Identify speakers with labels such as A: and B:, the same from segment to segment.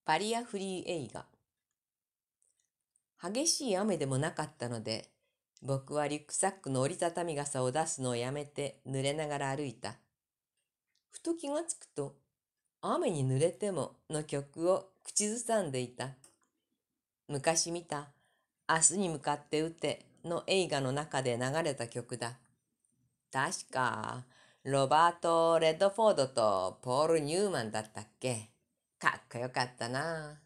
A: バリアフリー映画。激しい雨でもなかったので、僕はリュックサックの折りたたみ傘を出すのをやめて濡れながら歩いた。ふと気がつくと、雨に濡れてもの曲を口ずさんでいた。昔見た明日に向かって撃ての映画の中で流れた曲だ。確か、ロバート・レッドフォードとポール・ニューマンだったっけ。かっこよかったな。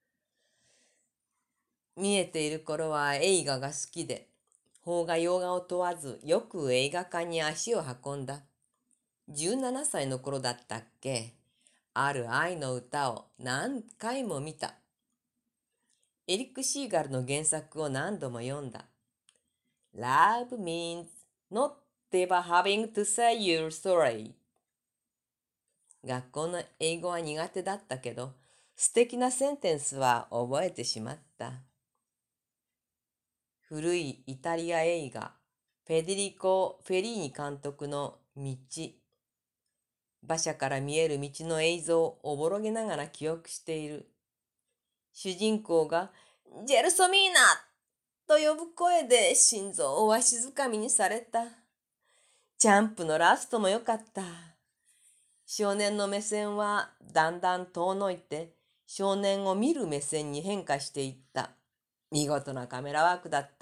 A: 見えている頃は映画が好きで、邦画洋画を問わずよく映画館に足を運んだ。17歳の頃だったっけ、ある愛の歌を何回も見た。エリック・シーガルの原作を何度も読んだ。Love means not ever having to say you're sorry。学校の英語は苦手だったけど、素敵なセンテンスは覚えてしまった。古いイタリア映画、フェデリコ・フェリーニ監督の道。馬車から見える道の映像をおぼろげながら記憶している。主人公がジェルソミーナと呼ぶ声で心臓をわしづかみにされた。ジャンプのラストもよかった。少年の目線はだんだん遠のいて少年を見る目線に変化していった。見事なカメラワークだった。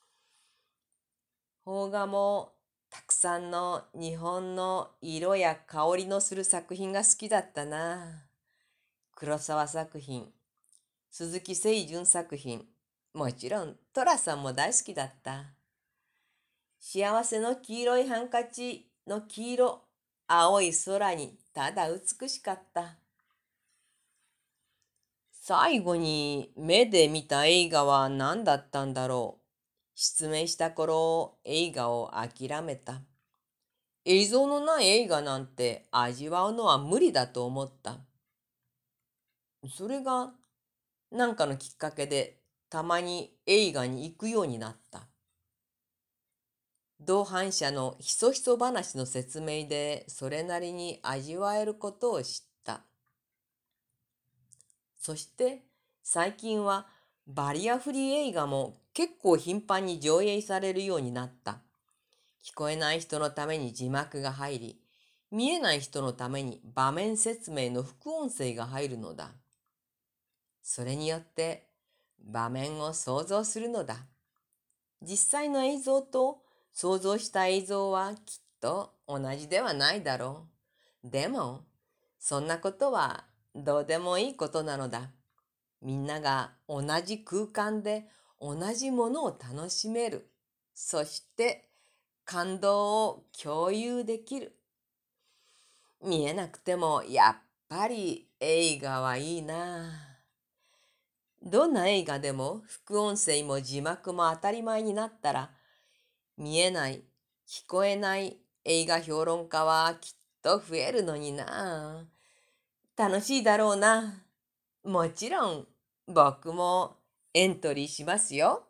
A: 邦画もたくさんの日本の色や香りのする作品が好きだったな。黒沢作品、鈴木清純作品、もちろん寅さんも大好きだった。幸せの黄色いハンカチの黄色、青い空にただ美しかった。最後に目で見た映画は何だったんだろう。失明した頃、映画を諦めた。映像のない映画なんて味わうのは無理だと思った。それが何かのきっかけでたまに映画に行くようになった。同伴者のひそひそ話の説明でそれなりに味わえることを知った。そして最近はバリアフリー映画も結構頻繁に上映されるようになった。聞こえない人のために字幕が入り、見えない人のために場面説明の副音声が入るのだ。それによって場面を想像するのだ。実際の映像と想像した映像はきっと同じではないだろう。でも、そんなことはどうでもいいことなのだ。みんなが同じ空間で同じものを楽しめる。そして感動を共有できる。見えなくてもやっぱり映画はいいな。どんな映画でも副音声も字幕も当たり前になったら、見えない、聞こえない映画評論家はきっと増えるのにな。楽しいだろうな。もちろん僕もエントリーしますよ。